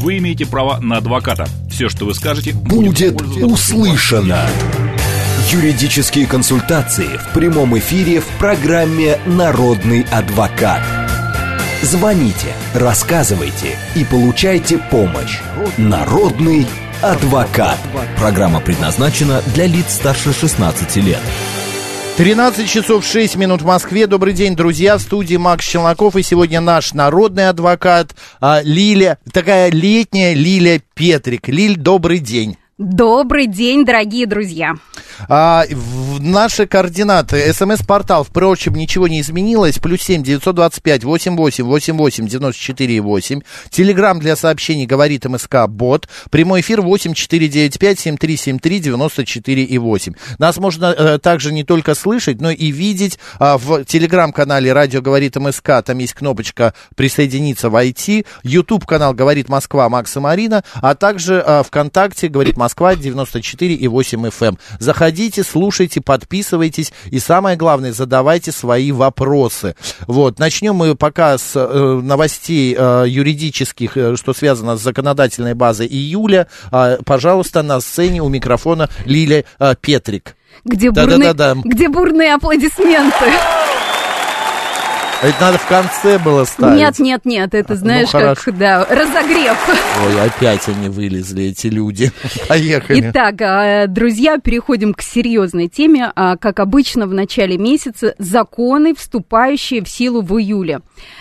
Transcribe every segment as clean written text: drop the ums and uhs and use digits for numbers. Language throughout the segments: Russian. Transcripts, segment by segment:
Вы имеете право на адвоката. Все, что вы скажете, будет услышано. Юридические консультации в прямом эфире в программе «Народный адвокат». Звоните, рассказывайте и получайте помощь. Народный адвокат. Программа предназначена для лиц старше 16 лет. 13 часов 6 минут в Москве. Добрый день, друзья. В студии Макс Челноков. И сегодня наш народный адвокат Лиля, такая летняя Лиля Петрик. Лиль, добрый день. Добрый день, дорогие друзья. Наши координаты. СМС-портал, впрочем, ничего не изменилось. +7 925 88 88 94 8. Телеграм для сообщений говорит МСК Бот. Прямой эфир 8 495 7373 94 8. Нас можно также не только слышать, но и видеть в телеграм-канале «Радио говорит МСК». Там есть кнопочка «Присоединиться», «Войти». YouTube-канал «Говорит Москва» Макс и Марина. А также ВКонтакте «Говорит Москва» 94,8 FM. Заходите, слушайте, подписывайтесь и, самое главное, задавайте свои вопросы. Вот. Начнем мы пока с новостей юридических, что связано с законодательной базой июля. Пожалуйста, на сцене у микрофона Лиля Петрик. Где бурные аплодисменты. Это надо в конце было ставить. Нет, это знаешь, как, да, разогрев. Ой, опять они вылезли, эти люди. Поехали. Итак, друзья, переходим к серьезной теме. Как обычно, в начале месяца законы, вступающие в силу в июле.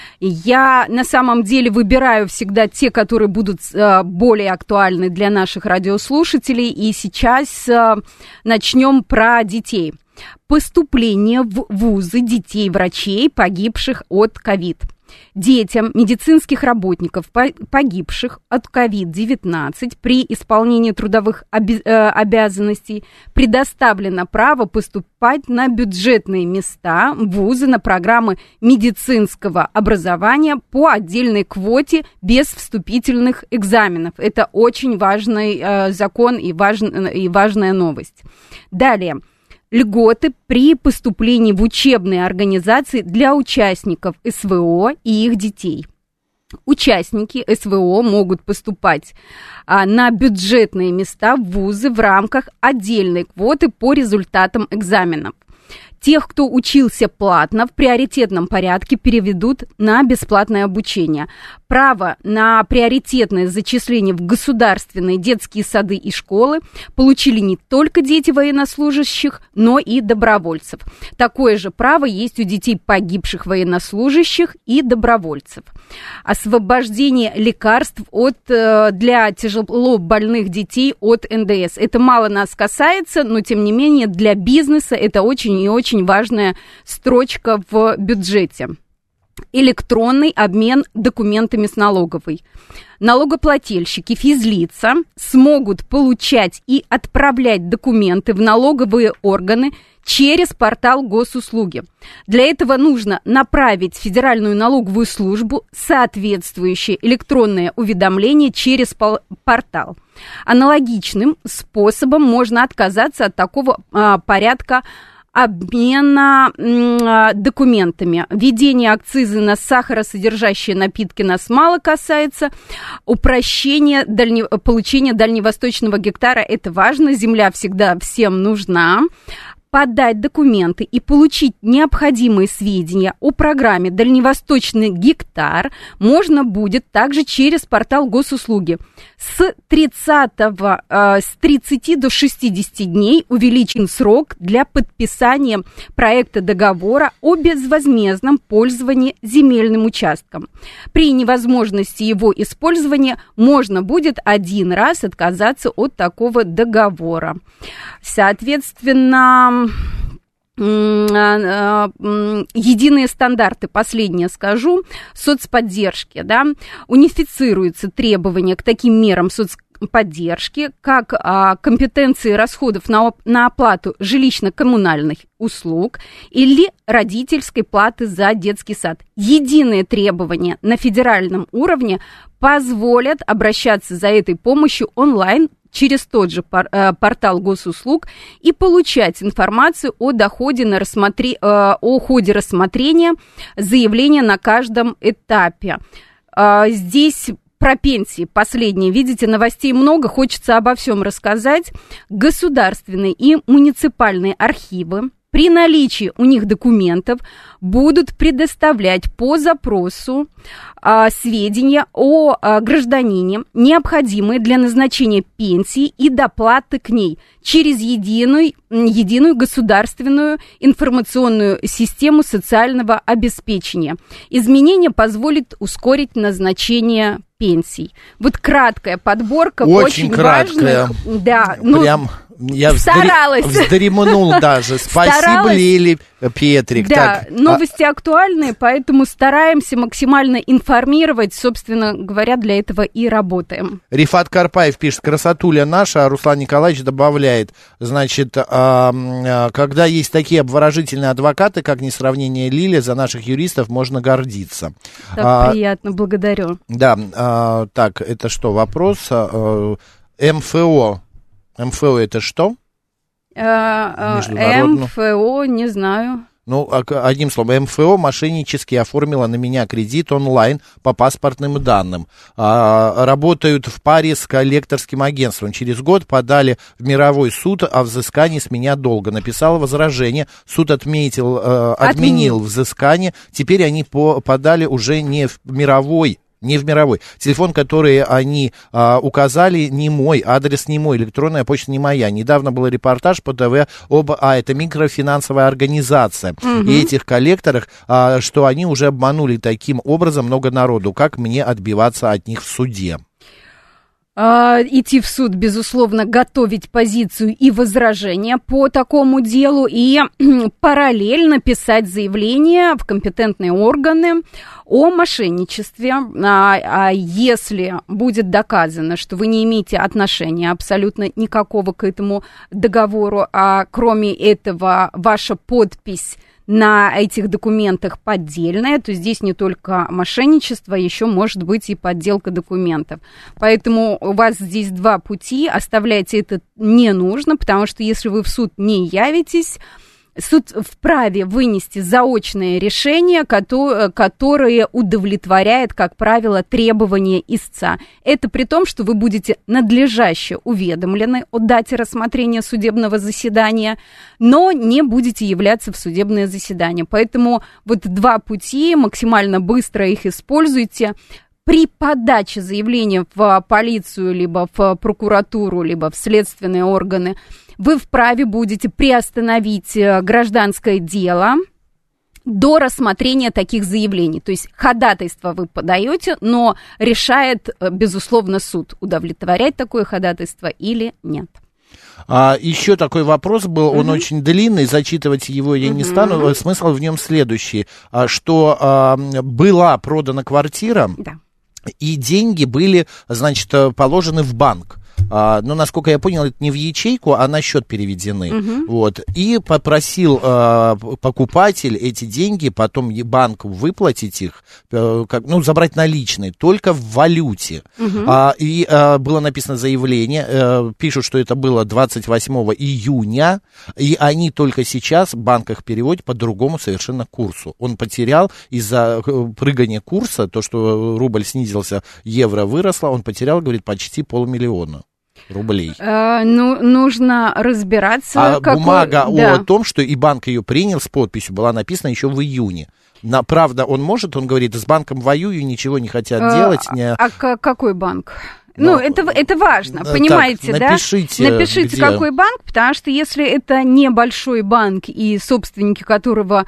Я на самом деле выбираю всегда те, которые будут более актуальны для наших радиослушателей. И сейчас начнем про детей. Поступление в вузы детей врачей, погибших от ковид. Детям медицинских работников, погибших от COVID-19 при исполнении трудовых обязанностей предоставлено право поступать на бюджетные места в вузы на программы медицинского образования по отдельной квоте без вступительных экзаменов. Это очень важный закон и важная новость. Далее. Льготы при поступлении в учебные организации для участников СВО и их детей. Участники СВО могут поступать на бюджетные места в вузы в рамках отдельной квоты по результатам экзаменов. Тех, кто учился платно, в приоритетном порядке переведут на бесплатное обучение. Право на приоритетное зачисление в государственные детские сады и школы получили не только дети военнослужащих, но и добровольцев. Такое же право есть у детей погибших военнослужащих и добровольцев. Освобождение лекарств для тяжело больных детей от НДС. Это мало нас касается, но тем не менее для бизнеса это очень и очень важная строчка в бюджете. Электронный обмен документами с налоговой. Налогоплательщики, физлица смогут получать и отправлять документы в налоговые органы через портал госуслуги. Для этого нужно направить в Федеральную налоговую службу соответствующее электронное уведомление через портал. Аналогичным способом можно отказаться от такого порядка обмена документами. Введение акциза на сахаросодержащие напитки нас мало касается. Упрощение получения дальневосточного гектара – это важно. Земля всегда всем нужна. Подать документы и получить необходимые сведения о программе «Дальневосточный гектар» можно будет также через портал госуслуги. С 30 до 60 дней увеличен срок для подписания проекта договора о безвозмездном пользовании земельным участком. При невозможности его использования можно будет один раз отказаться от такого договора. Соответственно, единые стандарты, последнее скажу, соцподдержки, да, унифицируются требования к таким мерам соцподдержки, как компетенции расходов на оплату жилищно-коммунальных услуг или родительской платы за детский сад. Единые требования на федеральном уровне позволят обращаться за этой помощью онлайн через тот же портал госуслуг и получать информацию о ходе рассмотрения заявления на каждом этапе. Здесь про пенсии последние. Видите, новостей много, хочется обо всем рассказать. Государственные и муниципальные архивы при наличии у них документов будут предоставлять по запросу сведения о гражданине, необходимые для назначения пенсии и доплаты к ней через единую государственную информационную систему социального обеспечения. Изменение позволит ускорить назначение пенсий. Вот краткая подборка, очень краткая. Важных. Да, прям... Я вздремнул даже. Спасибо, Лили Петрик. Да, так, новости актуальные, поэтому стараемся максимально информировать. Собственно говоря, для этого и работаем. Рифат Карпаев пишет: красотуля наша, а Руслан Николаевич добавляет, значит, когда есть такие обворожительные адвокаты, как несравнение Лили, за наших юристов можно гордиться. Так приятно, благодарю. Да, так, это что, вопрос? МФО. МФО это что? МФО, не знаю. Ну, одним словом, МФО мошеннически оформила на меня кредит онлайн по паспортным данным. Работают в паре с коллекторским агентством. Через год подали в мировой суд о взыскании с меня долга. Написала возражение, суд отменил взыскание. Теперь они подали уже не в мировой. Телефон, который они указали, не мой, адрес не мой, электронная почта не моя. Недавно был репортаж по ТВ это микрофинансовая организация. И этих коллекторах, что они уже обманули таким образом много народу. Как мне отбиваться от них в суде? Идти в суд, безусловно, готовить позицию и возражения по такому делу и параллельно писать заявление в компетентные органы о мошенничестве. Если будет доказано, что вы не имеете отношения абсолютно никакого к этому договору, а кроме этого ваша подпись на этих документах поддельная, то здесь не только мошенничество, еще может быть и подделка документов. Поэтому у вас здесь два пути, оставлять это не нужно, потому что если вы в суд не явитесь, суд вправе вынести заочное решение, которое удовлетворяет, как правило, требования истца. Это при том, что вы будете надлежаще уведомлены о дате рассмотрения судебного заседания, но не будете являться в судебное заседание. Поэтому вот два пути, максимально быстро их используйте. При подаче заявления в полицию, либо в прокуратуру, либо в следственные органы, вы вправе будете приостановить гражданское дело до рассмотрения таких заявлений. То есть ходатайство вы подаете, но решает, безусловно, суд, удовлетворять такое ходатайство или нет. Еще такой вопрос был, он очень длинный, зачитывать его я не стану. Смысл в нем следующий, что была продана квартира, да, и деньги были, значит, положены в банк. Но, насколько я понял, это не в ячейку, а на счет переведены. Вот. И попросил покупатель эти деньги, потом банк выплатить их, забрать наличные, только в валюте. И было написано заявление, пишут, что это было 28 июня, и они только сейчас, банк их переводит по другому совершенно курсу. Он потерял из-за прыгания курса, то, что рубль снизился, евро выросло, он потерял, говорит, почти 500 000 рублей. Нужно разбираться. Бумага о том, что и банк ее принял с подписью, была написана еще в июне. Правда, он говорит, с банком воюю, ничего не хотят делать. Какой банк? Это важно, понимаете, так, напишите, где? Какой банк, потому что если это небольшой банк, и собственники которого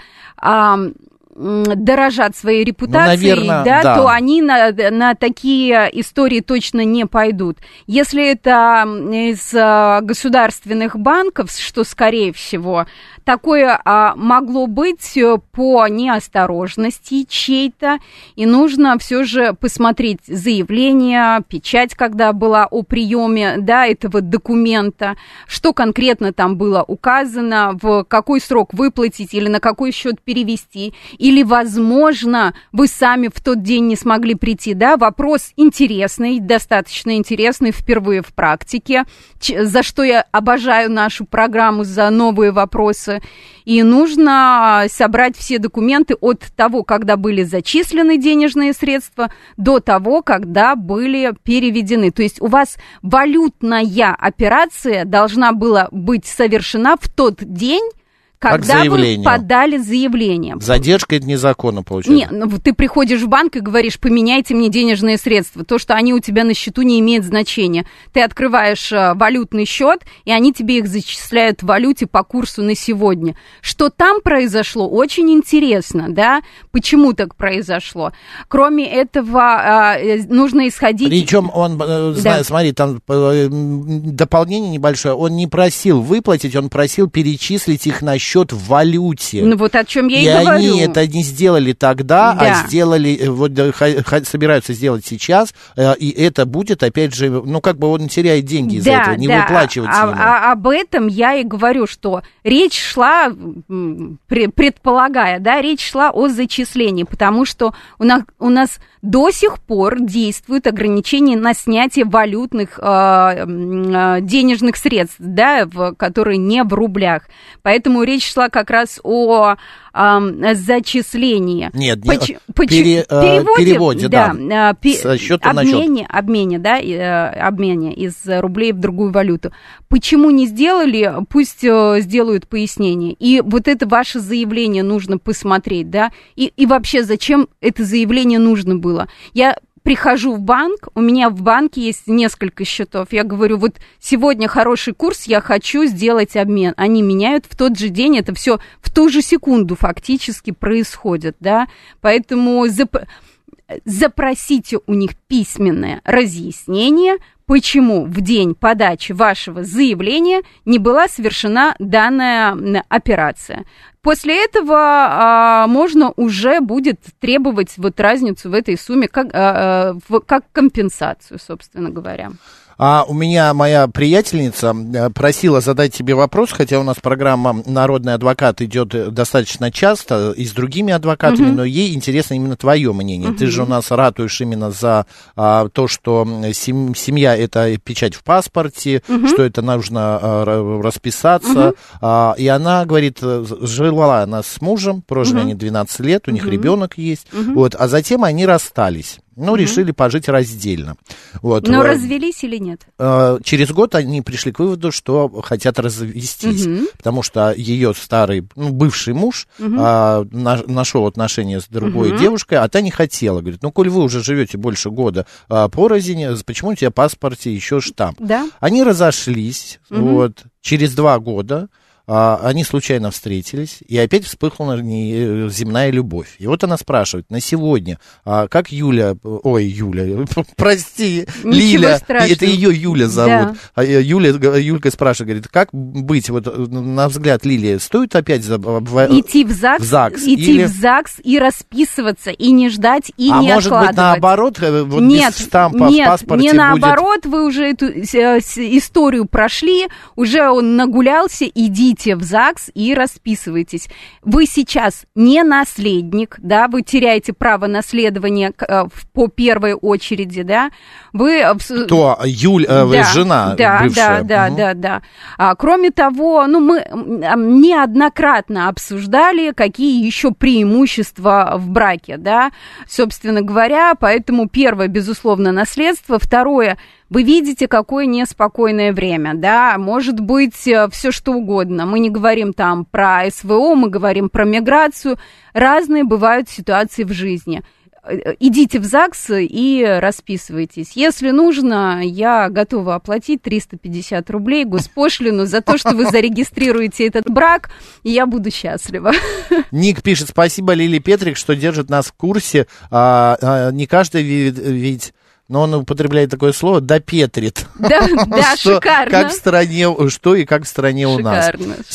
дорожат своей репутацией, наверное, да, то они на такие истории точно не пойдут. Если это из государственных банков, что, скорее всего, такое могло быть по неосторожности чьей-то, и нужно все же посмотреть заявление, печать, когда была о приеме, да, этого документа, что конкретно там было указано, в какой срок выплатить или на какой счет перевести, или, возможно, вы сами в тот день не смогли прийти, да, вопрос интересный, достаточно интересный, впервые в практике, за что я обожаю нашу программу, за новые вопросы. месяца, и нужно собрать все документы от того, когда были зачислены денежные средства, до того, когда были переведены. То есть у вас валютная операция должна была быть совершена в тот день, когда вы подали заявление. Задержка — это незаконно, получается. Нет, ты приходишь в банк и говоришь: поменяйте мне денежные средства. То, что они у тебя на счету, не имеет значения. Ты открываешь валютный счет, и они тебе их зачисляют в валюте по курсу на сегодня. Что там произошло, очень интересно, да? Почему так произошло? Кроме этого, нужно исходить... Причем он, смотри, там дополнение небольшое, он не просил выплатить, он просил перечислить их на счет в валюте. Ну вот о чем я и говорю. И они это не сделали тогда, а сделали, вот собираются сделать сейчас, и это будет, опять же, ну как бы он теряет деньги из-за этого, не выплачивать ему. Об этом я и говорю, что речь шла, предполагая, да, речь шла о зачислении, потому что у нас до сих пор действуют ограничения на снятие валютных денежных средств, да, которые не в рублях. Поэтому речь шла как раз о зачислении. Нет, переводе, да. Со счета на счет. Обмене из рублей в другую валюту. Почему не сделали? Пусть сделают пояснение. И вот это ваше заявление нужно посмотреть, да. И вообще, зачем это заявление нужно было? Я прихожу в банк, у меня в банке есть несколько счетов, я говорю: вот сегодня хороший курс, я хочу сделать обмен. Они меняют в тот же день, это все в ту же секунду фактически происходит, да, поэтому запросите у них письменное разъяснение, почему в день подачи вашего заявления не была совершена данная операция. После этого можно уже будет требовать вот разницу в этой сумме как компенсацию, собственно говоря. А у меня моя приятельница просила задать тебе вопрос, хотя у нас программа «Народный адвокат» идет достаточно часто и с другими адвокатами, но ей интересно именно твое мнение. Ты же у нас ратуешь именно за то, что семья — это печать в паспорте, что это нужно расписаться. И она говорит, жила она с мужем, прожили они 12 лет, у них ребенок есть, вот, а затем они расстались. Ну, решили пожить раздельно. Вот. Но развелись или нет? Через год они пришли к выводу, что хотят развестись, потому что ее старый, бывший муж нашел отношения с другой девушкой, а та не хотела. Говорит: ну, коль вы уже живете больше года порознь, почему у тебя в паспорте еще штамп? Да. Они разошлись, вот, через 2 года. Они случайно встретились, и опять вспыхнула земная любовь. И вот она спрашивает: на сегодня, как Юля, прости, Лиля, это ее Юля зовут. Да. Юлька спрашивает, говорит: как быть, вот на взгляд Лилии, стоит опять идти в ЗАГС, в ЗАГС и расписываться, и не ждать, и не откладывать. А может быть, наоборот, вот без штампа в паспорте не наоборот, вы уже эту историю прошли, уже он нагулялся, идите в ЗАГС и расписывайтесь. Вы сейчас не наследник, да, вы теряете право наследования по первой очереди, да. Вы... Кто? Жена бывшая. Да. Кроме того, мы неоднократно обсуждали, какие еще преимущества в браке, да, собственно говоря, поэтому первое, безусловно, наследство, второе, вы видите, какое неспокойное время, да, может быть все что угодно. Мы не говорим там про СВО, мы говорим про миграцию. Разные бывают ситуации в жизни. Идите в ЗАГС и расписывайтесь. Если нужно, я готова оплатить 350 рублей госпошлину за то, что вы зарегистрируете этот брак, и я буду счастлива. Ник пишет: спасибо Лиле Петрик, что держит нас в курсе. Не каждый ведь... Но он употребляет такое слово «допетрит». Да, шикарно. Как в стране, что и как в стране у нас.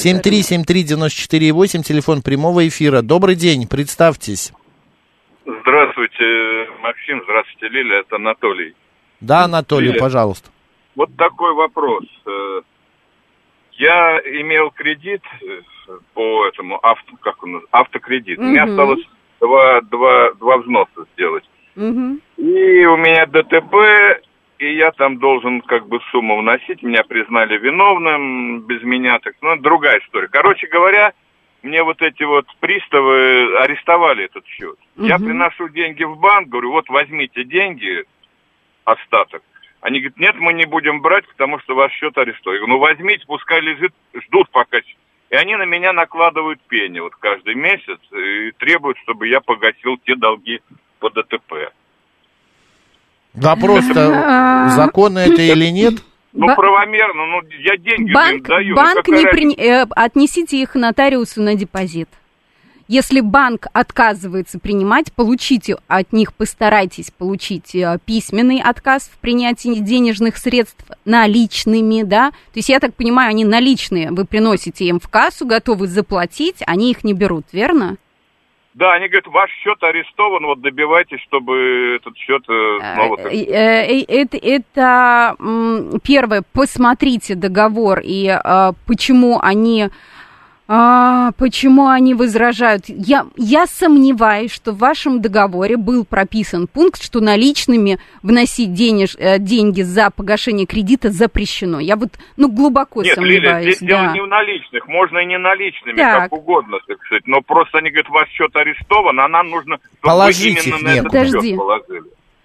7373948, телефон прямого эфира. Добрый день, представьтесь. Здравствуйте, Максим, здравствуйте, Лиля, это Анатолий. Да, Анатолий, Лиля, пожалуйста. Вот такой вопрос. Я имел кредит по этому, автокредит. Мне осталось два взноса сделать. И у меня ДТП, и я там должен как бы сумму вносить, меня признали виновным, без меня, так, ну, другая история. Короче говоря, мне вот эти вот приставы арестовали этот счет. Я приношу деньги в банк, говорю, вот возьмите деньги, остаток. Они говорят, нет, мы не будем брать, потому что ваш счет арестован. Я говорю, ну возьмите, пускай лежит, ждут пока. И они на меня накладывают пени вот каждый месяц и требуют, чтобы я погасил те долги по ДТП. Вопрос-то, законно это или нет? Ну, правомерно, ну, я деньги им даю. Банк отнесите их нотариусу на депозит. Если банк отказывается принимать, получите от них, постарайтесь получить письменный отказ в принятии денежных средств наличными, да. То есть, я так понимаю, они наличные, вы приносите им в кассу, готовы заплатить, они их не берут, верно? Да, они говорят, ваш счет арестован, вот добивайтесь, чтобы этот счет снова... Это первое, посмотрите договор и почему они возражают. Я сомневаюсь, что в вашем договоре был прописан пункт, что наличными вносить деньги за погашение кредита запрещено. Я вот, глубоко сомневаюсь. Нет, Лиля, здесь дело не в наличных, можно и не наличными, так. Как угодно, так сказать. Но просто они говорят, ваш счет арестован, а нам нужно, чтобы положить вы именно на этот счет положили.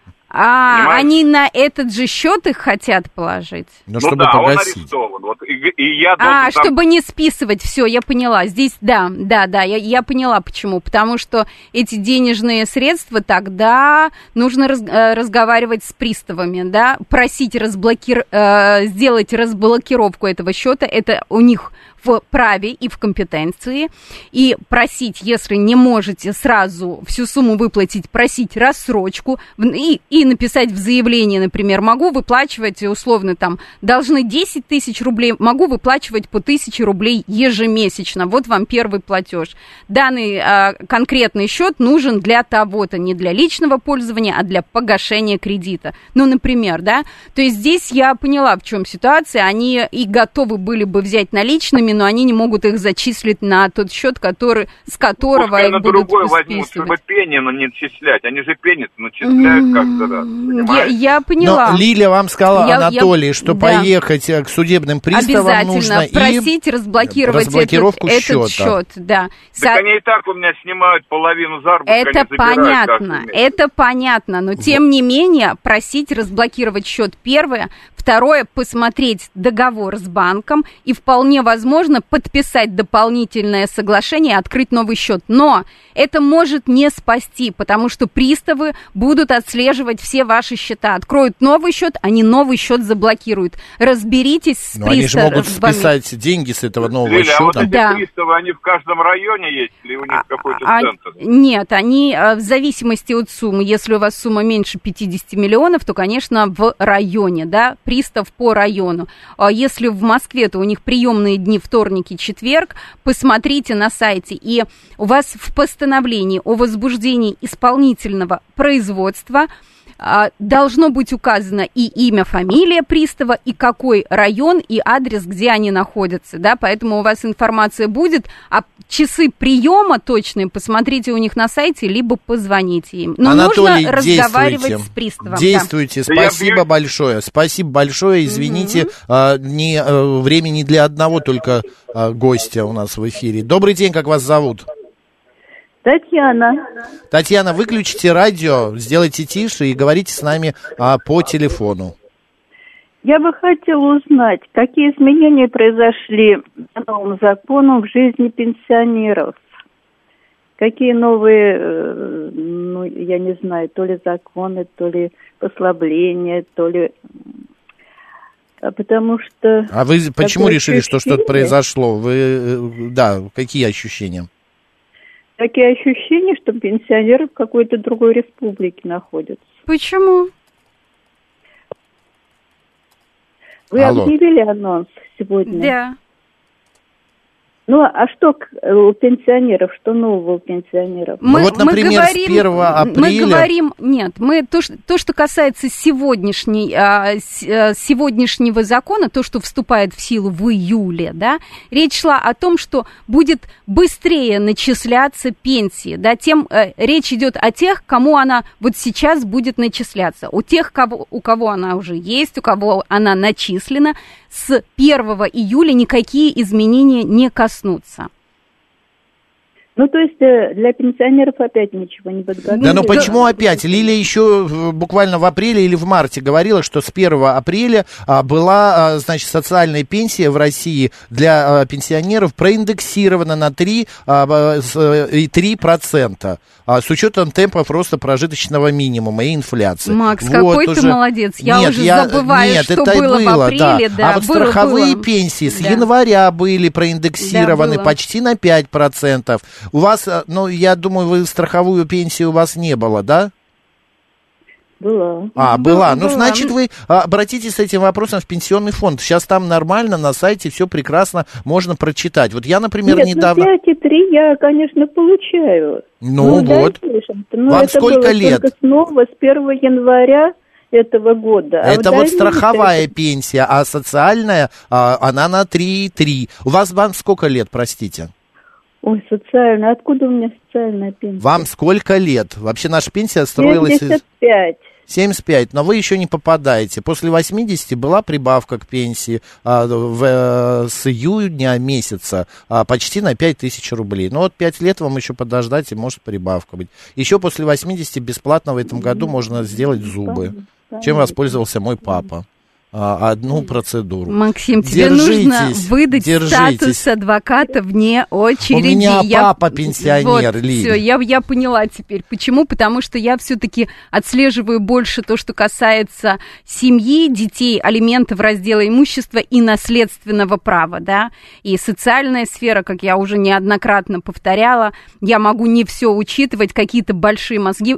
Они на этот же счет их хотят положить? Ну, чтобы погасить. Он арестован. Вот, и я должен чтобы не списывать, все, я поняла. Здесь, да, я поняла, почему. Потому что эти денежные средства тогда нужно разговаривать с приставами, да, просить сделать разблокировку этого счета, это у них в праве и в компетенции, и просить, если не можете сразу всю сумму выплатить, просить рассрочку и написать в заявлении, например, могу выплачивать, условно, там, должны 10 тысяч рублей, могу выплачивать по 1000 рублей ежемесячно, вот вам первый платеж. Данный конкретный счет нужен для того-то, не для личного пользования, а для погашения кредита. Ну, например, да, то есть здесь я поняла, в чем ситуация, они и готовы были бы взять наличными, но они не могут их зачислить на тот счет, с которого пускай их будут другой возьмут, чтобы пени не начислять. Они же пени начисляют каждый раз. Я поняла. Но Лиля вам сказала, Анатолий, что поехать к судебным приставам нужно просить разблокировать этот счет. Да. Так они и так у меня снимают половину заработка. Это понятно, но тем не менее просить разблокировать счет первое. Второе, посмотреть договор с банком и вполне возможно подписать дополнительное соглашение и открыть новый счет. Но это может не спасти, потому что приставы будут отслеживать все ваши счета. Откроют новый счет, они новый счет заблокируют. Разберитесь с приставами. Они же могут списать деньги с этого нового Лиля, счета. А вот эти приставы, они в каждом районе есть или у них какой-то центр? Нет, они в зависимости от суммы. Если у вас сумма меньше 50 миллионов, то, конечно, в районе, да, пристав по району. Если в Москве, то у них приемные дни вторник и четверг. Посмотрите на сайте, и у вас в постановлении о возбуждении исполнительного производства должно быть указано и имя, фамилия пристава, и какой район, и адрес, где они находятся, да, поэтому у вас информация будет, а часы приема точные посмотрите у них на сайте, либо позвоните им. Но Анатолий, нужно разговаривать с приставом. Действуйте, да. Спасибо большое, извините, времени для одного только гостя у нас в эфире. Добрый день, как вас зовут? Татьяна, выключите радио, сделайте тише и говорите с нами по телефону. Я бы хотела узнать, какие изменения произошли по новым законам в жизни пенсионеров. Какие новые, я не знаю, то ли законы, то ли послабления, то ли... Потому что... А вы почему решили, что что-то произошло? Какие ощущения? Такие ощущения, что пенсионеры в какой-то другой республике находятся. Почему? Вы объявили анонс сегодня? Да. Ну, а что у пенсионеров, что нового у пенсионеров? Вот, например, с 1 апреля... Мы говорим, нет, то, что касается сегодняшнего закона, то, что вступает в силу в июле, да, речь шла о том, что будет быстрее начисляться пенсии, да, речь идет о тех, кому она вот сейчас будет начисляться, у тех, у кого она уже есть, у кого она начислена, с 1 июля никакие изменения не коснутся. Ну, то есть для пенсионеров опять ничего не подготовили. Да, ну почему опять? Лилия еще буквально в апреле или в марте говорила, что с 1 апреля была, значит, социальная пенсия в России для пенсионеров проиндексирована на 3% с учетом темпов роста прожиточного минимума и инфляции. Макс, вот какой ты молодец. Я забываю, что это было в апреле. Да. А вот страховые пенсии с января были проиндексированы почти на 5%. У вас, ну, я думаю, страховую пенсию у вас не было, да? Была. Была. Ну, значит, вы обратитесь с этим вопросом в пенсионный фонд. Сейчас там нормально, на сайте все прекрасно можно прочитать. Вот я, например, недавно... 5,3 я, конечно, получаю. Ну вот. Вам сколько лет? Снова с 1 января этого года. Это вот страховая пенсия, а социальная, она на 3,3. У вас вам сколько лет, простите? Ой, социальная. Откуда у меня социальная пенсия? Вам сколько лет? Вообще наша пенсия строилась... 75. 75, но вы еще не попадаете. После 80 была прибавка к пенсии с июня месяца почти на 5000 рублей. Ну вот 5 лет вам еще подождать, и может прибавка быть. Еще после 80 бесплатно в этом году можно сделать зубы, чем воспользовался мой папа. Одну процедуру. Максим, тебе нужно выдать статус адвоката вне очереди. У меня папа пенсионер, вот, Лиль. Все, я поняла теперь. Почему? Потому что я все-таки отслеживаю больше то, что касается семьи, детей, алиментов, раздела имущества и наследственного права, да. И социальная сфера, как я уже неоднократно повторяла, я могу не все учитывать, какие-то большие мозги,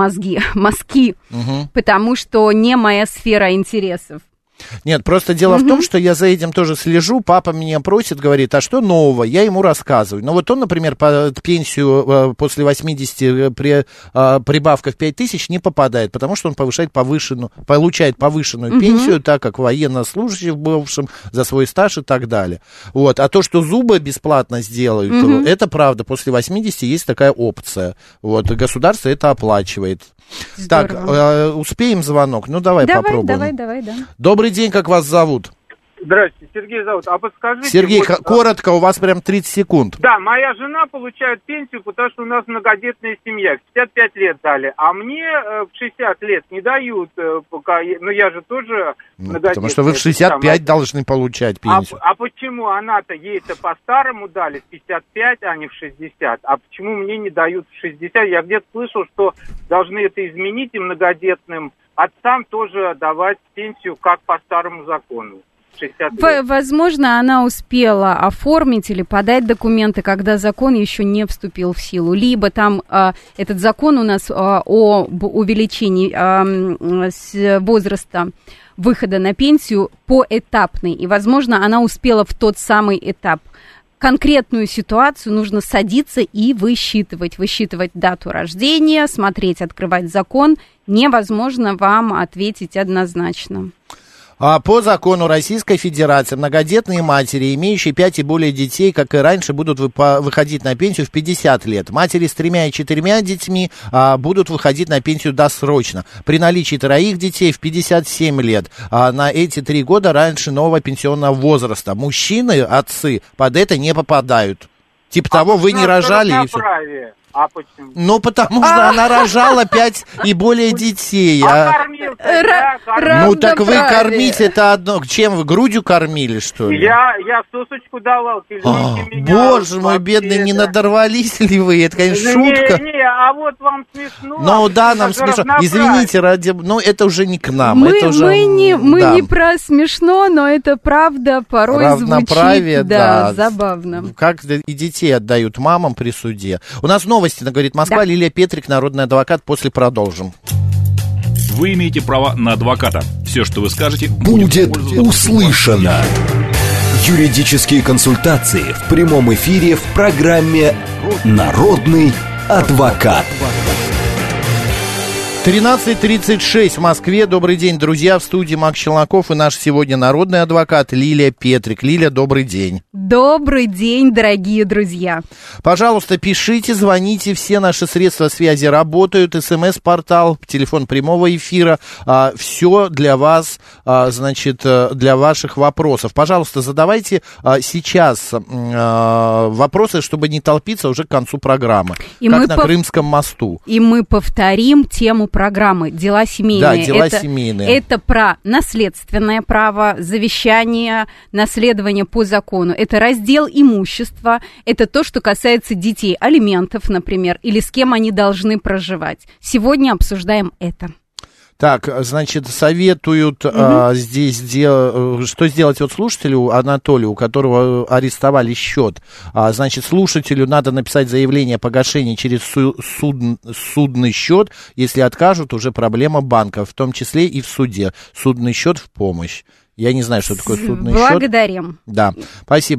потому что не моя сфера интересов. Нет, просто дело в том, что я за этим тоже слежу. Папа меня просит, говорит, а что нового? Я ему рассказываю. Ну вот он, например, под пенсию после 80 прибавка в 5000 не попадает, потому что он получает повышенную пенсию, так как военнослужащий в бывшем, за свой стаж и так далее. Вот. А то, что зубы бесплатно сделают, это правда. После 80 есть такая опция. Вот. Государство это оплачивает. Здорово. Так, успеем звонок? Ну, давай попробуем. Давай, да. Добрый день, как вас зовут? Здравствуйте, Сергей зовут. А подскажите... Сергей, коротко, у вас прям 30 секунд. Да, моя жена получает пенсию, потому что у нас многодетная семья. 55 лет дали. А мне в 60 лет не дают, пока... Ну, я же тоже многодетная. Потому что вы в 65 должны получать пенсию. А почему она-то, ей-то по-старому дали в 55, а не в 60? А почему мне не дают в 60? Я где-то слышал, что должны это изменить и многодетным отцам тоже давать пенсию как по старому закону. Возможно, она успела оформить или подать документы, когда закон еще не вступил в силу. Либо там этот закон у нас об увеличении возраста выхода на пенсию поэтапный. И, возможно, она успела в тот самый этап. Конкретную ситуацию нужно садиться и высчитывать. Высчитывать дату рождения, смотреть, открывать закон. Невозможно вам ответить однозначно. По закону Российской Федерации многодетные матери, имеющие 5 и более детей, как и раньше, будут выходить на пенсию в 50 лет. Матери с 3 и 4 детьми будут выходить на пенсию досрочно. При наличии 3 детей в 57 лет. На эти 3 года раньше нового пенсионного возраста. Мужчины, отцы, под это не попадают. Типа того, вы не рожали и все. А почему? Ну, потому что она рожала 5 и более детей. Ну, так вы кормите это одно. Чем вы, грудью кормили, что ли? Я сосочку давал. Боже мой, бедный, не надорвались ли вы? Это, конечно, шутка. А вот вам смешно. Ну, да, нам смешно. Извините, ну, это уже не к нам. Мы не про смешно, но это правда порой звучит, да, забавно. Как и детей отдают мамам при суде. У нас новости, говорит Москва, да. Лилия Петрик, народный адвокат, после продолжим. Вы имеете право на адвоката. Все, что вы скажете, будет услышано. Юридические консультации в прямом эфире в программе «Народный адвокат». 13:36 в Москве. Добрый день, друзья. В студии Макс Челноков и наш сегодня народный адвокат Лилия Петрик. Лилия, добрый день. Добрый день, дорогие друзья. Пожалуйста, пишите, звоните. Все наши средства связи работают. СМС-портал, телефон прямого эфира. Все для вас, значит, для ваших вопросов. Пожалуйста, задавайте сейчас вопросы, чтобы не толпиться уже к концу программы. И как на Крымском мосту. И мы повторим тему программы «Дела семейные». Да, дела семейные. Это про наследственное право, завещание, наследование по закону. Это раздел имущества. Это то, что касается детей, алиментов, например, или с кем они должны проживать. Сегодня обсуждаем это. Так, значит, советуют здесь что сделать вот слушателю Анатолию, у которого арестовали счет. Значит, слушателю надо написать заявление о погашении через судный счет. Если откажут, уже проблема банка, в том числе и в суде. Судный счет в помощь. Я не знаю, что такое судный счет. Благодарим. Да, спасибо.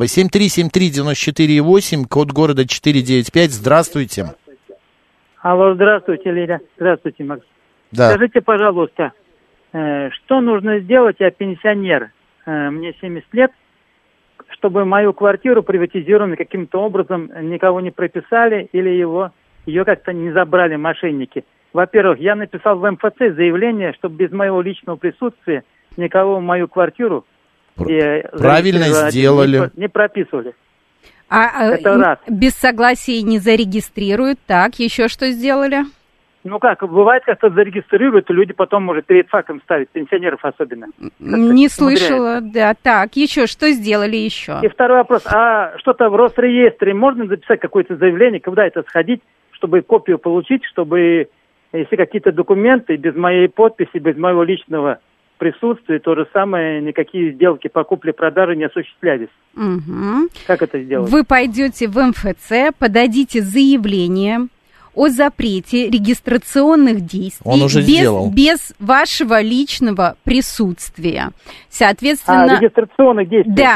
7373948, код города 495. Здравствуйте. Алло, здравствуйте, Лиля. Здравствуйте, Макс. Да. Скажите, пожалуйста, что нужно сделать, я пенсионер, мне 70 лет, чтобы мою квартиру приватизированную каким-то образом никого не прописали или ее как-то не забрали мошенники? Во-первых, я написал в МФЦ заявление, чтобы без моего личного присутствия никого в мою квартиру правильно сделали. Не прописывали. Это раз. Без согласия не зарегистрируют. Так, еще что сделали? Ну как, бывает, как-то зарегистрируют, и люди потом, может, перед фактом ставить, пенсионеров особенно. Не слышала, да. Так, еще что сделали еще? И второй вопрос, а что-то в Росреестре можно записать какое-то заявление, когда это сходить, чтобы копию получить, чтобы, если какие-то документы без моей подписи, без моего личного присутствия, то же самое, никакие сделки по купле-продаже не осуществлялись. Угу. Как это сделать? Вы пойдете в МФЦ, подадите заявление о запрете регистрационных действий без вашего личного присутствия. Соответственно, регистрационных действий?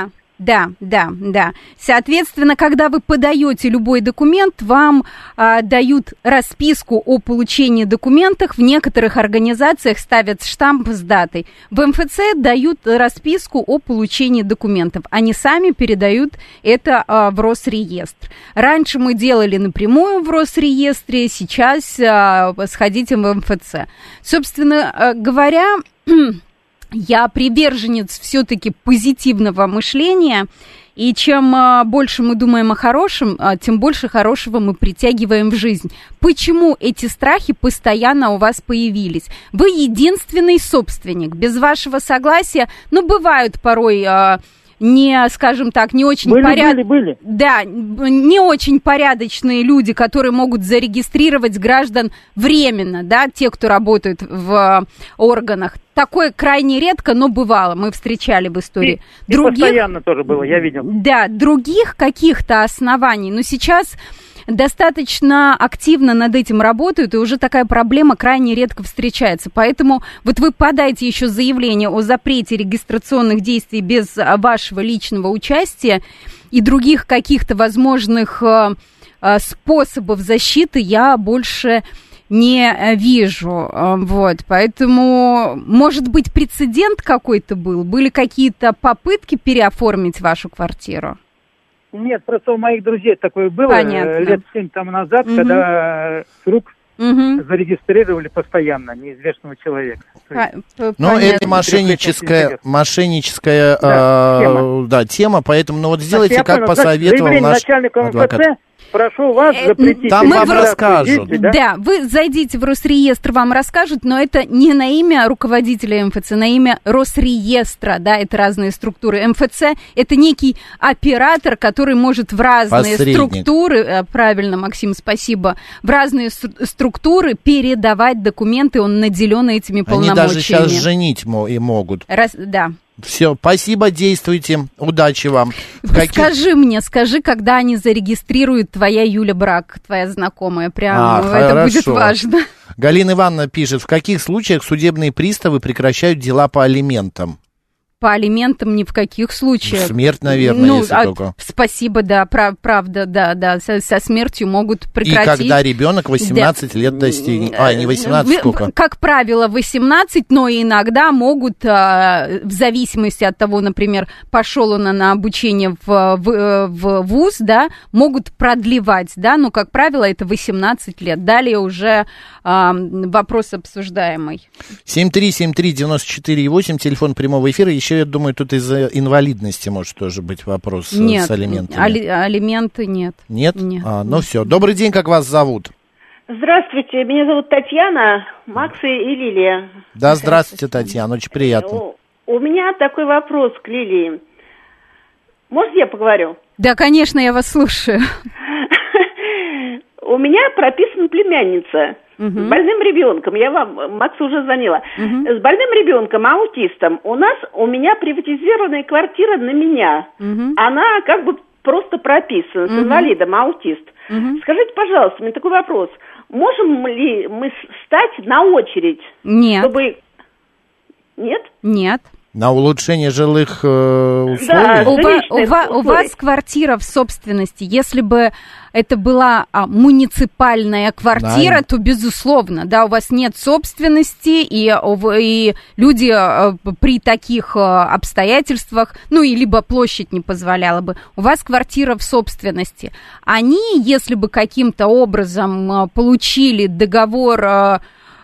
Да. Соответственно, когда вы подаете любой документ, вам дают расписку о получении документов. В некоторых организациях ставят штамп с датой. В МФЦ дают расписку о получении документов. Они сами передают это в Росреестр. Раньше мы делали напрямую в Росреестре, сейчас сходите в МФЦ. Собственно говоря, я приверженец все-таки позитивного мышления, и чем больше мы думаем о хорошем, тем больше хорошего мы притягиваем в жизнь. Почему эти страхи постоянно у вас появились? Вы единственный собственник, без вашего согласия, но бывают порой не, скажем так, не очень были. Да, не очень порядочные люди, которые могут зарегистрировать граждан временно, да, те, кто работают в органах. Такое крайне редко, но бывало, мы встречали в истории. И постоянно тоже было, я видел. Да, других каких-то оснований, но сейчас достаточно активно над этим работают, и уже такая проблема крайне редко встречается. Поэтому вот вы подаете еще заявление о запрете регистрационных действий без вашего личного участия, и других каких-то возможных способов защиты я больше не вижу. Вот, поэтому, может быть, прецедент какой-то был? Были какие-то попытки переоформить вашу квартиру? Нет, просто у моих друзей такое было. Понятно. Лет 7 тому назад, когда вдруг зарегистрировали постоянно неизвестного человека. Ну, это мошенническая тема, поэтому вот сделайте, как посоветовал наш адвокат. Прошу вас запретить. Там вам расскажут. Да, вы зайдите в Росреестр, вам расскажут, но это не на имя руководителя МФЦ, на имя Росреестра, да, это разные структуры. МФЦ – это некий оператор, который может в разные структуры, правильно, Максим, спасибо, в разные структуры передавать документы, он наделен этими полномочиями. Они даже сейчас женить и могут. Да. Все, спасибо, действуйте, удачи вам. Скажи, когда они зарегистрируют твоя Юля брак, твоя знакомая, прям это будет важно. Галина Ивановна пишет, в каких случаях судебные приставы прекращают дела по алиментам? по алиментам ни в каких случаях. Смерть, наверное, если только. Спасибо, да, правда, да, со смертью могут прекратить. И когда ребенок 18 лет достигнет, не 18, сколько? Как правило, 18, но иногда могут, в зависимости от того, например, пошел он на обучение в вуз, да, могут продлевать, да, но, как правило, это 18 лет. Далее уже вопрос обсуждаемый. 7373948, телефон прямого эфира. Еще, я думаю, тут из-за инвалидности может тоже быть вопрос с алиментами. Алименты нет. Нет? Нет. Ну все. Добрый день, как вас зовут? Здравствуйте, меня зовут Татьяна, Макс и Лилия. Да, здравствуйте, Татьяна, очень приятно. У меня такой вопрос к Лилии. Может, я поговорю? Да, конечно, я вас слушаю. У меня прописана племянница с больным ребенком. Я вам, Макс, уже звонила. С больным ребенком, аутистом. У меня приватизированная квартира на меня. Она как бы просто прописана с инвалидом, аутист. Скажите, пожалуйста, у меня такой вопрос. Можем ли мы встать на очередь? Нет. Чтобы... Нет? Нет. На улучшение жилых условий? Да, у вас квартира в собственности. Если бы это была муниципальная квартира, то, безусловно, да, у вас нет собственности, и люди при таких обстоятельствах, ну, и либо площадь не позволяла бы, у вас квартира в собственности. Они, если бы каким-то образом получили договор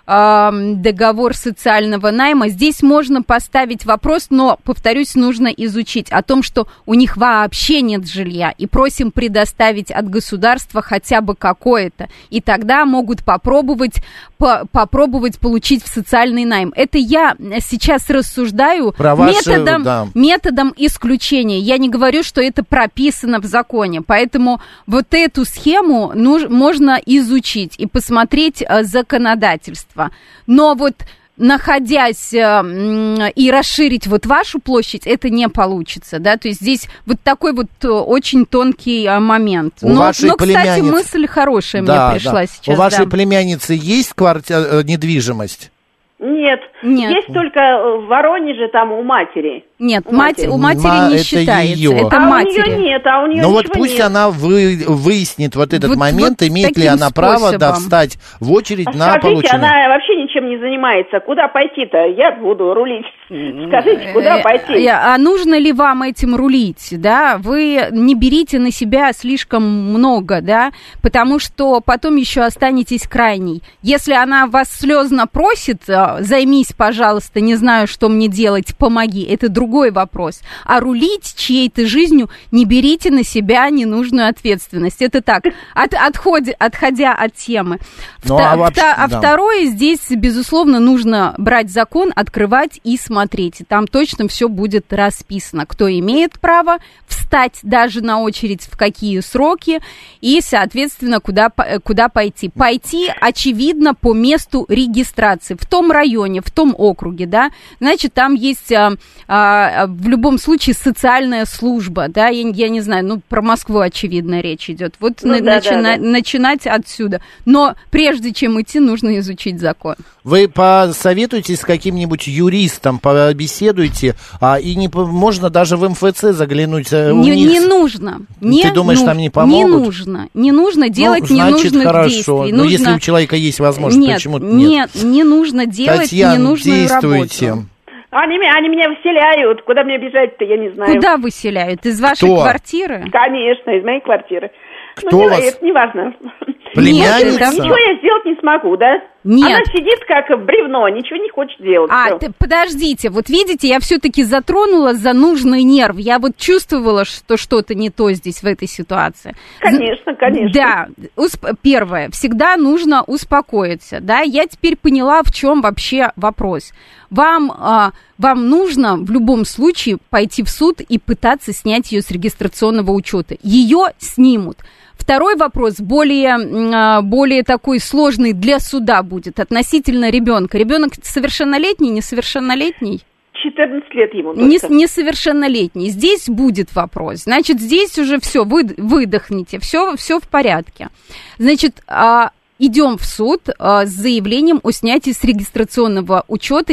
социального найма, здесь можно поставить вопрос, но, повторюсь, нужно изучить о том, что у них вообще нет жилья, и просим предоставить от государства хотя бы какое-то, и тогда могут попробовать получить в социальный найм. Это я сейчас рассуждаю методом исключения. Я не говорю, что это прописано в законе, поэтому вот эту схему можно изучить и посмотреть законодательство. Но вот находясь и расширить вот вашу площадь, это не получится, да, то есть здесь вот такой вот очень тонкий момент. Но, кстати, мысль хорошая мне пришла сейчас. У вашей племянницы есть недвижимость? Нет, есть только в Воронеже, там у матери. Нет, у матери не считается, ее. Это матери. У нее нет, у нее ну вот пусть нет. Она выяснит вот этот момент, имеет ли она право встать в очередь на получение. Скажите, она вообще ничем не занимается, куда пойти-то? Я буду рулить. Скажите, куда пойти? А нужно ли вам этим рулить, да? Вы не берите на себя слишком много, да, потому что потом еще останетесь крайней. Если она вас слезно просит, займись, пожалуйста, не знаю, что мне делать, помоги, это другой вопрос. А рулить чьей-то жизнью не берите на себя ненужную ответственность. Это так, отходя от темы. Второе, здесь, безусловно, нужно брать закон, открывать и смотреть. И там точно все будет расписано, кто имеет право встать даже на очередь, в какие сроки и, соответственно, куда пойти. Пойти, очевидно, по месту регистрации, в том районе, в том округе, да, значит, там есть в любом случае социальная служба, да, я не знаю, про Москву, очевидно, речь идет. Вот начинать отсюда. Но прежде чем идти, нужно изучить закон. Вы посоветуйтесь с каким-нибудь юристом, побеседуйте, и можно даже в МФЦ заглянуть. Не нужно. Ты думаешь, там не помогут? Не нужно делать ненужных действий. Но если у человека есть возможность, почему нет? Не нужно делать ненужную работу. Они меня выселяют. Куда мне бежать-то, я не знаю. Куда выселяют? Из вашей квартиры? Конечно, из моей квартиры. Кто вас? Это не важно. Племянница? Ничего я сделать не смогу, да? Нет. Она сидит как бревно, ничего не хочет делать. Подождите, вот видите, я все-таки затронула за нужный нерв. Я вот чувствовала, что что-то не то здесь в этой ситуации. Конечно. Да, первое, всегда нужно успокоиться, да. Я теперь поняла, в чем вообще вопрос. Вам нужно в любом случае пойти в суд и пытаться снять ее с регистрационного учета. Ее снимут. Второй вопрос, более такой сложный для суда будет относительно ребенка. Ребенок совершеннолетний, несовершеннолетний? 14 лет ему. Несовершеннолетний. Здесь будет вопрос. Значит, здесь уже все, выдохните, все в порядке. Значит, идем в суд с заявлением о снятии с регистрационного учета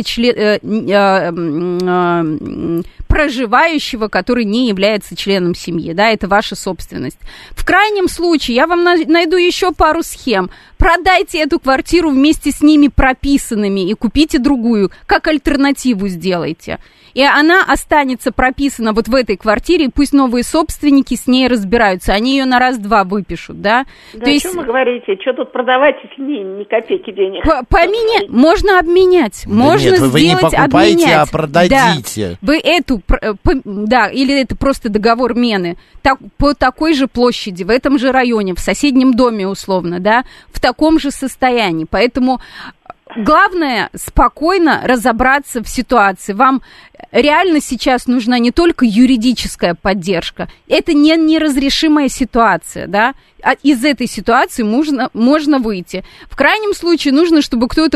проживающего, который не является членом семьи, да, это ваша собственность. В крайнем случае, я вам найду еще пару схем. Продайте эту квартиру вместе с ними прописанными и купите другую, как альтернативу сделайте. И она останется прописана вот в этой квартире, и пусть новые собственники с ней разбираются. Они ее на раз-два выпишут, да? Да, о чем вы говорите? Что тут продавать, если ни копейки денег? Можно обменять. Да можно нет, вы не покупаете, обменять. А продадите. Да. Вы эту, да, или это просто договор мены, по такой же площади, в этом же районе, в соседнем доме условно, да, в таком же состоянии. Поэтому главное спокойно разобраться в ситуации. Вам реально сейчас нужна не только юридическая поддержка, это не неразрешимая ситуация, да, а из этой ситуации можно выйти. В крайнем случае нужно, чтобы кто-то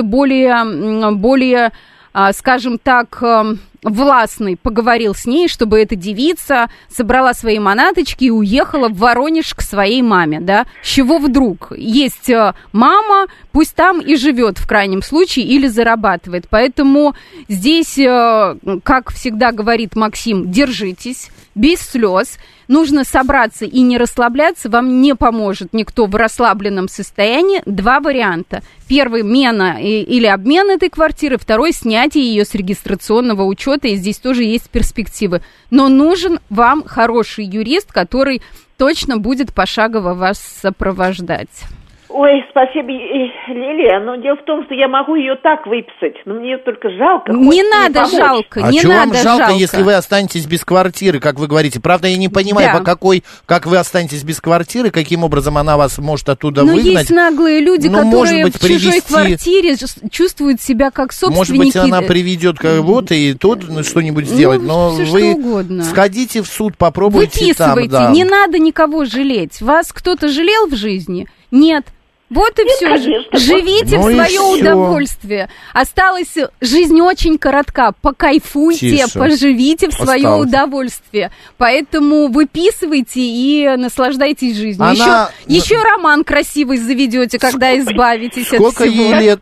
более, скажем так, властный поговорил с ней, чтобы эта девица собрала свои манаточки и уехала в Воронеж к своей маме, да? С чего вдруг? Есть мама, пусть там и живет в крайнем случае или зарабатывает. Поэтому здесь, как всегда говорит Максим, держитесь, без слез. Нужно собраться и не расслабляться, вам не поможет никто в расслабленном состоянии. Два варианта. Первый – мена или обмен этой квартиры, второй – снятие ее с регистрационного учета, и здесь тоже есть перспективы. Но нужен вам хороший юрист, который точно будет пошагово вас сопровождать. Ой, спасибо, Лилия, но дело в том, что я могу ее так выписать, но мне ее только жалко. Не надо жалко, не надо жалко. А что вам жалко, если вы останетесь без квартиры, как вы говорите? Правда, я не понимаю, да. Как вы останетесь без квартиры, каким образом она вас может оттуда выгнать. Но есть наглые люди, которые в чужой квартире чувствуют себя как собственники. Может быть, она приведет кого-то и тот что-нибудь сделает, но вы сходите в суд, попробуйте там. Выписывайте, не надо никого жалеть. Вас кто-то жалел в жизни? Нет. Вот и все. Конечно. Живите в свое удовольствие. Осталась жизнь очень коротка. Покайфуйте, поживите в свое удовольствие. Поэтому выписывайте и наслаждайтесь жизнью. Еще роман красивый заведете, когда избавитесь от всего. Сколько ей лет?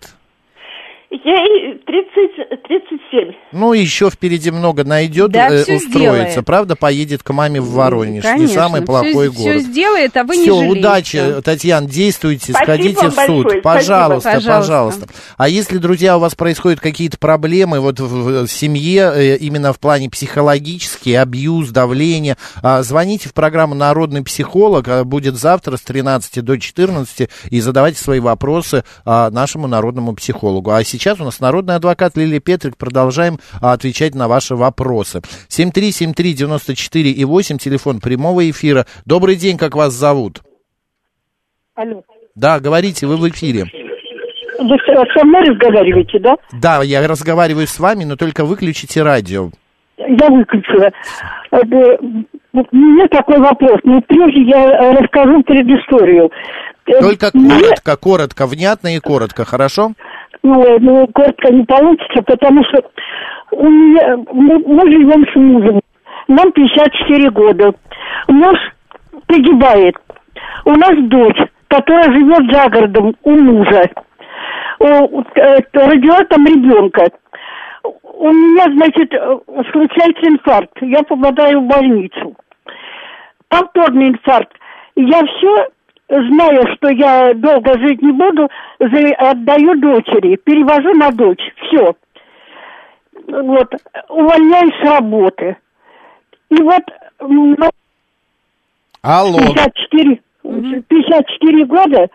Ей 37. Ну, еще впереди много найдет, да, устроится. Сделает. Правда, поедет к маме в Воронеж. Конечно, не самый плохой город. Все сделает, а вы не жалеете. Все, удачи, Татьяна, действуйте, сходите в суд. Большое. Пожалуйста. А если, друзья, у вас происходят какие-то проблемы вот в семье, именно в плане психологические, абьюз, давление, звоните в программу «Народный психолог». Будет завтра с 13 до 14 и задавайте свои вопросы нашему народному психологу. А сейчас у нас народный адвокат Лилия Петрик. Продолжаем отвечать на ваши вопросы. 7373948, телефон прямого эфира. Добрый день, как вас зовут? Алло. Да, говорите, вы в эфире. Вы со мной разговариваете, да? Да, я разговариваю с вами, но только выключите радио. Я выключила. У меня такой вопрос, но прежде я расскажу предысторию. Только коротко, внятно и коротко, хорошо? Ну, коротко не получится, потому что мы живем с мужем. Нам 54 года. Муж погибает. У нас дочь, которая живет за городом у мужа. Родила там ребенка. У меня, значит, случается инфаркт. Я попадаю в больницу. Повторный инфаркт. Я все, зная, что я долго жить не буду, отдаю дочери, перевожу на дочь. Все. Вот. Увольняюсь с работы. И вот... Алло. 54 года,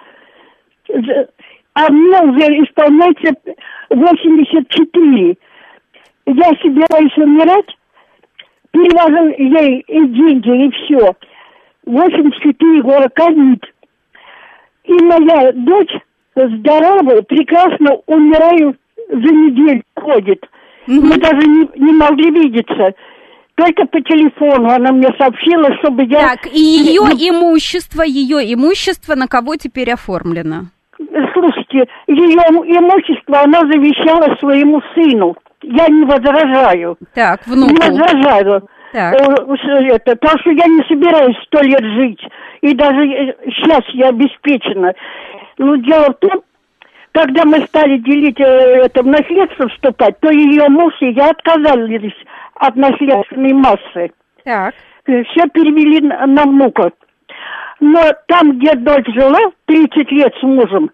а мне уже исполняется 84. Я собираюсь умирать, перевожу ей и деньги, и все. 84 года, ковид. И моя дочь здоровая, прекрасно умираю за неделю, ходит. Мы даже не могли видеться. Только по телефону она мне сообщила, чтобы я... Так, и ее имущество на кого теперь оформлено? Слушайте, ее имущество она завещала своему сыну. Я не возражаю. Так, внуку. Не возражаю. Так. Потому что я не собираюсь 100 лет жить. И даже сейчас я обеспечена. Ну, дело в том, когда мы стали делить это наследство вступать, то ее муж и я отказались от наследственной массы. Так. Все перевели на внука. Но там, где дочь жила 30 лет с мужем,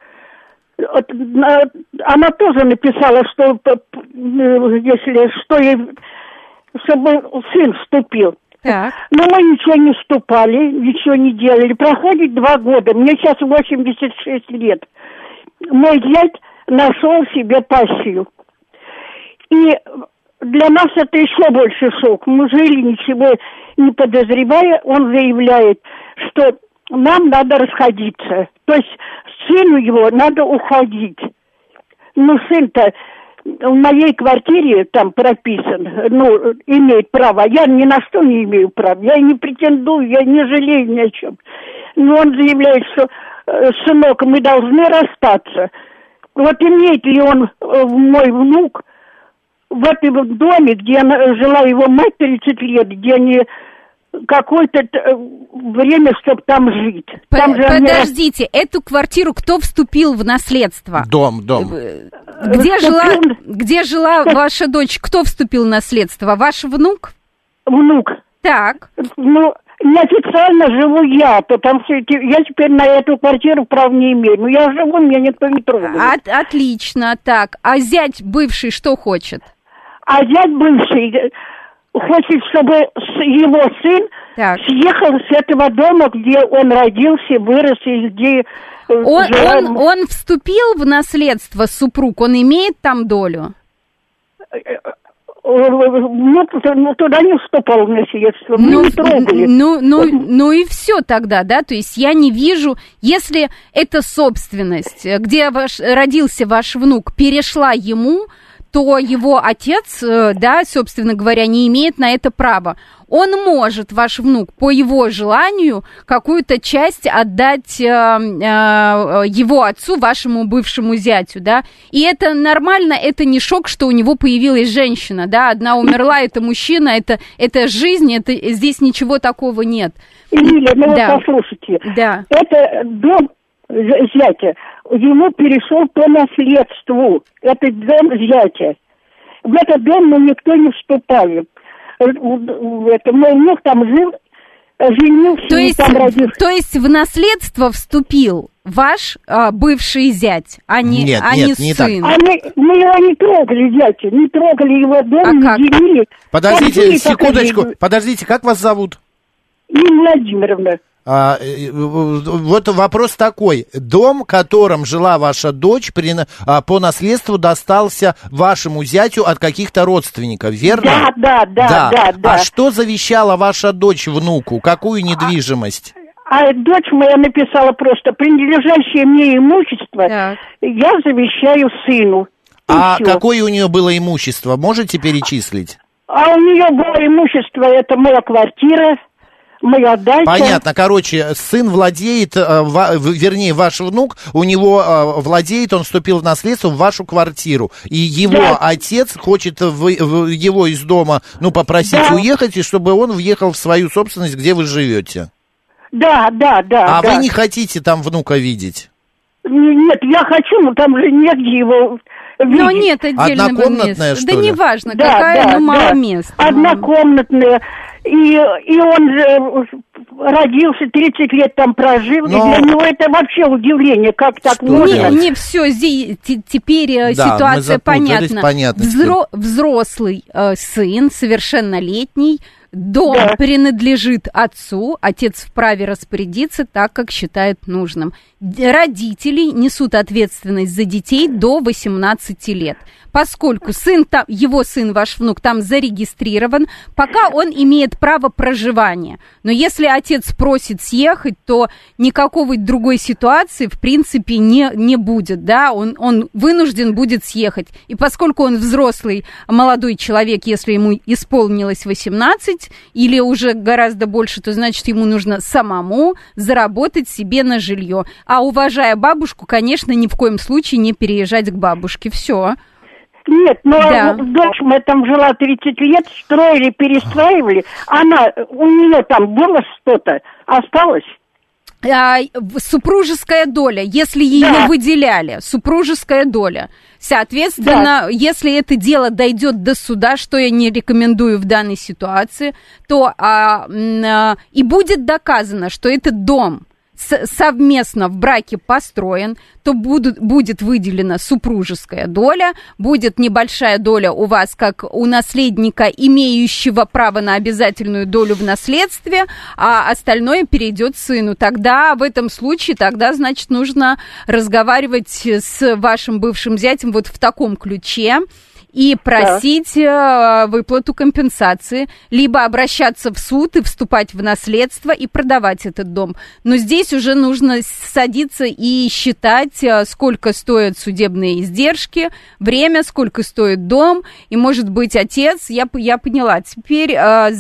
она тоже написала, что если что, чтобы сын вступил. Так. Но мы ничего не вступали, ничего не делали. Проходит 2 года, мне сейчас 86 лет. Мой зять нашел себе пассию. И для нас это еще больше шок. Мы жили, ничего не подозревая, он заявляет, что нам надо расходиться. То есть сыну его надо уходить. Ну, сын-то в моей квартире там прописан, ну, имеет право. Я ни на что не имею права. Я не претендую, я не жалею ни о чем. Но он заявляет, что, сынок, мы должны расстаться. Вот имеет ли он, мой внук, в этом доме, где жила его мать 30 лет, где они какое-то время, чтобы там жить. Там Подождите, эту квартиру кто вступил в наследство? Дом. Где жила ваша дочь? Кто вступил в наследство? Ваш внук? Внук. Так. Ну, неофициально живу я, потому что я теперь на эту квартиру прав не имею. Но я живу, меня никто не трогает. Отлично, так. А зять бывший что хочет? А зять бывший хочет, чтобы его сын съехал с этого дома, где он родился, вырос и где... Он вступил в наследство, супруг, он имеет там долю? Ну, туда не вступал в наследство, мы не трогали. Ну и все тогда, да, то есть я не вижу, если эта собственность, где родился ваш внук, перешла ему, то его отец, да, собственно говоря, не имеет на это права. Он может, ваш внук, по его желанию, какую-то часть отдать его отцу, вашему бывшему зятю, да, и это нормально, это не шок, что у него появилась женщина, да, одна умерла, это мужчина, это жизнь, это, здесь ничего такого нет. Лиля, ну да. Вот послушайте, да. Это дом зятя, ему перешел по наследству, это дом зятя. В этот дом мы никто не вступали. Это мой внук там жил, женился и там родился. То есть в наследство вступил ваш бывший зять, а не сын? Так. Мы его не трогали, зятя, не трогали его дом, не делили. Подождите секундочку, подождите, как вас зовут? Нина Владимировна. Вот вопрос такой. Дом, в котором жила ваша дочь, по наследству достался вашему зятю от каких-то родственников, верно? Да. А что завещала ваша дочь внуку? Какую недвижимость? А дочь моя написала просто: принадлежащее мне имущество я завещаю сыну. А какое у нее было имущество? Можете перечислить? А у нее было имущество, это моя квартира, моя дача. Понятно, короче, сын владеет, вернее, ваш внук, у него владеет, он вступил в наследство в вашу квартиру, и его отец хочет его из дома, попросить уехать, и чтобы он въехал в свою собственность, где вы живете. Да. А вы не хотите там внука видеть? Нет, я хочу, но там же негде его... Но нет отдельного однокомнатная, места. Что да ли? Неважно, какая, но мало места. Однокомнатная. И он же родился, 30 лет там прожил, и для него это вообще удивление, как так можно. Не все, теперь ситуация понятна. Взрослый сын, совершеннолетний, дом принадлежит отцу, отец вправе распорядиться так, как считает нужным. Родители несут ответственность за детей до 18 лет. Поскольку его сын, ваш внук, там зарегистрирован, пока он имеет право проживания. Но если отец просит съехать, то никакой другой ситуации, в принципе, не будет, да, он вынужден будет съехать. И поскольку он взрослый, молодой человек, если ему исполнилось 18 или уже гораздо больше, то значит, ему нужно самому заработать себе на жилье. А уважая бабушку, конечно, ни в коем случае не переезжать к бабушке. Все. Нет, дочь моя там жила 30 лет, строили, перестраивали. У нее там было что-то, осталось? Супружеская доля, если ее выделяли, супружеская доля. Соответственно, если это дело дойдет до суда, что я не рекомендую в данной ситуации, то и будет доказано, что этот дом совместно в браке построен, то будет выделена супружеская доля, будет небольшая доля у вас, как у наследника, имеющего право на обязательную долю в наследстве, а остальное перейдет сыну. Тогда в этом случае, значит, нужно разговаривать с вашим бывшим зятем вот в таком ключе и просить выплату компенсации, либо обращаться в суд и вступать в наследство и продавать этот дом. Но здесь уже нужно садиться и считать, сколько стоят судебные издержки, время, сколько стоит дом, и, может быть, отец, я поняла, теперь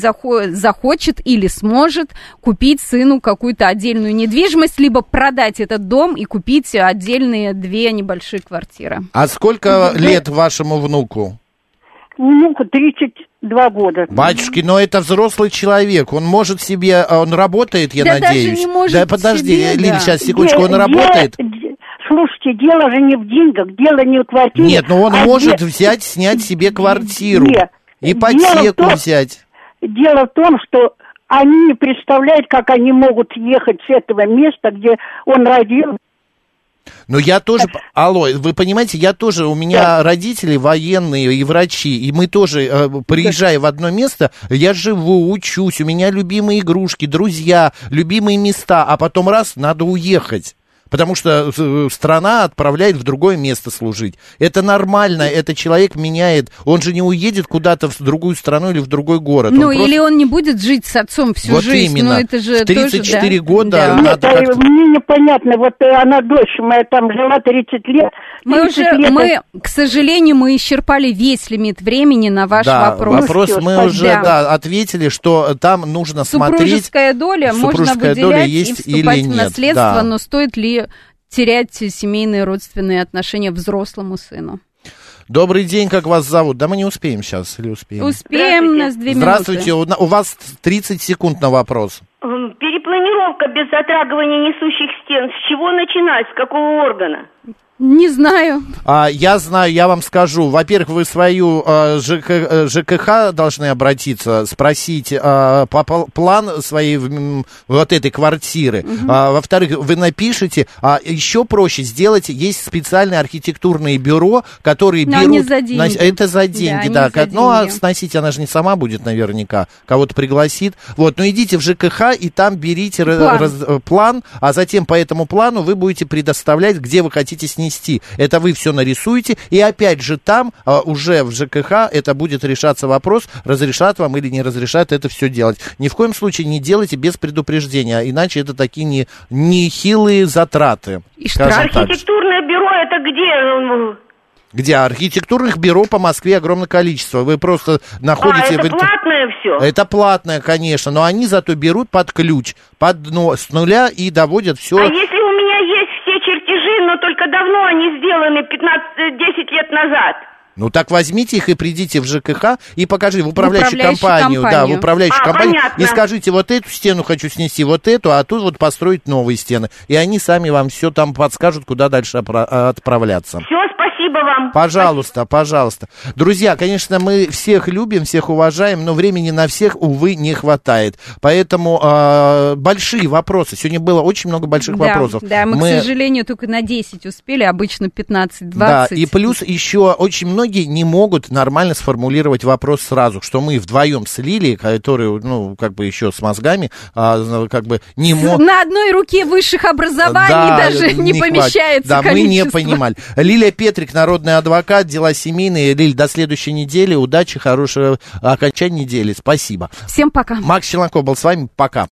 захочет или сможет купить сыну какую-то отдельную недвижимость, либо продать этот дом и купить отдельные 2 небольшие квартиры. А сколько лет вашему внуку? Внуку 32 года. Батюшки, но это взрослый человек, он может себе, он работает, я надеюсь. Даже не может да, подожди, себе, Лиль, сейчас, секундочку, он работает? Слушайте, дело же не в деньгах, дело не в квартире. Нет, но он может взять, снять себе квартиру, ипотеку взять. Дело в том, что они не представляют, как они могут ехать с этого места, где он родился. Но я тоже, алло, вы понимаете, у меня родители военные и врачи, и мы тоже, приезжая в одно место, я живу, учусь, у меня любимые игрушки, друзья, любимые места, а потом раз, надо уехать. Потому что страна отправляет в другое место служить. Это нормально, это человек меняет. Он же не уедет куда-то в другую страну или в другой город. Ну, или он не будет жить с отцом всю жизнь. Вот именно. Но это же в 34 тоже, года надо Нет, мне непонятно. Вот она, дочь моя, там жила 30 лет. Мы, к сожалению, мы исчерпали весь лимит времени на ваш вопрос. Вопрос мы уже ответили, что там нужно смотреть. Супружеская доля можно выделять и вступать в наследство, но стоит ли терять семейные родственные отношения взрослому сыну. Добрый день, как вас зовут? Да мы не успеем сейчас, или успеем? Успеем, у нас 2 минуты. Здравствуйте, у вас 30 секунд на вопрос. Перепланировка без затрагивания несущих стен. С чего начинать? С какого органа? Не знаю. Я знаю, я вам скажу. Во-первых, вы свою ЖКХ должны обратиться, спросить план своей вот этой квартиры. Во-вторых, вы напишите. Еще проще сделать. Есть специальные архитектурные бюро, которые берут... Они за деньги. Это за деньги, да. А сносить она же не сама будет наверняка. Кого-то пригласит. Вот, но идите в ЖКХ и там берите план, а затем по этому плану вы будете предоставлять, где вы хотите снести. Это вы все нарисуете, и опять же там, уже в ЖКХ, это будет решаться вопрос, разрешат вам или не разрешат это все делать. Ни в коем случае не делайте без предупреждения, иначе это такие нехилые затраты. И что? Архитектурное бюро это где? Где? Архитектурных бюро по Москве огромное количество. Вы просто находите... это платное все? Это платное, конечно, но они зато берут под ключ, с нуля и доводят все... А если у меня есть все чертежи, но только давно они сделаны, 10 лет назад? Ну так возьмите их и придите в ЖКХ и покажите в управляющую компанию. Да, в управляющую компанию. Понятно. И скажите, вот эту стену хочу снести, вот эту, а тут вот построить новые стены. И они сами вам все там подскажут, куда дальше отправляться. Все, спасибо вам. Пожалуйста, пожалуйста. Друзья, конечно, мы всех любим, всех уважаем, но времени на всех, увы, не хватает. Поэтому большие вопросы. Сегодня было очень много больших вопросов. Да, мы, к сожалению, только на 10 успели, обычно 15-20. Да, и плюс еще очень многие не могут нормально сформулировать вопрос сразу, что мы вдвоем с Лилией, которая, еще с мозгами, не могут... На одной руке высших образований даже не помещается количество. Да, мы не понимали. Лилия Петрик, народный адвокат, дела семейные. Лиль, до следующей недели. Удачи, хорошего окончания недели. Спасибо. Всем пока. Макс Челноков был с вами. Пока.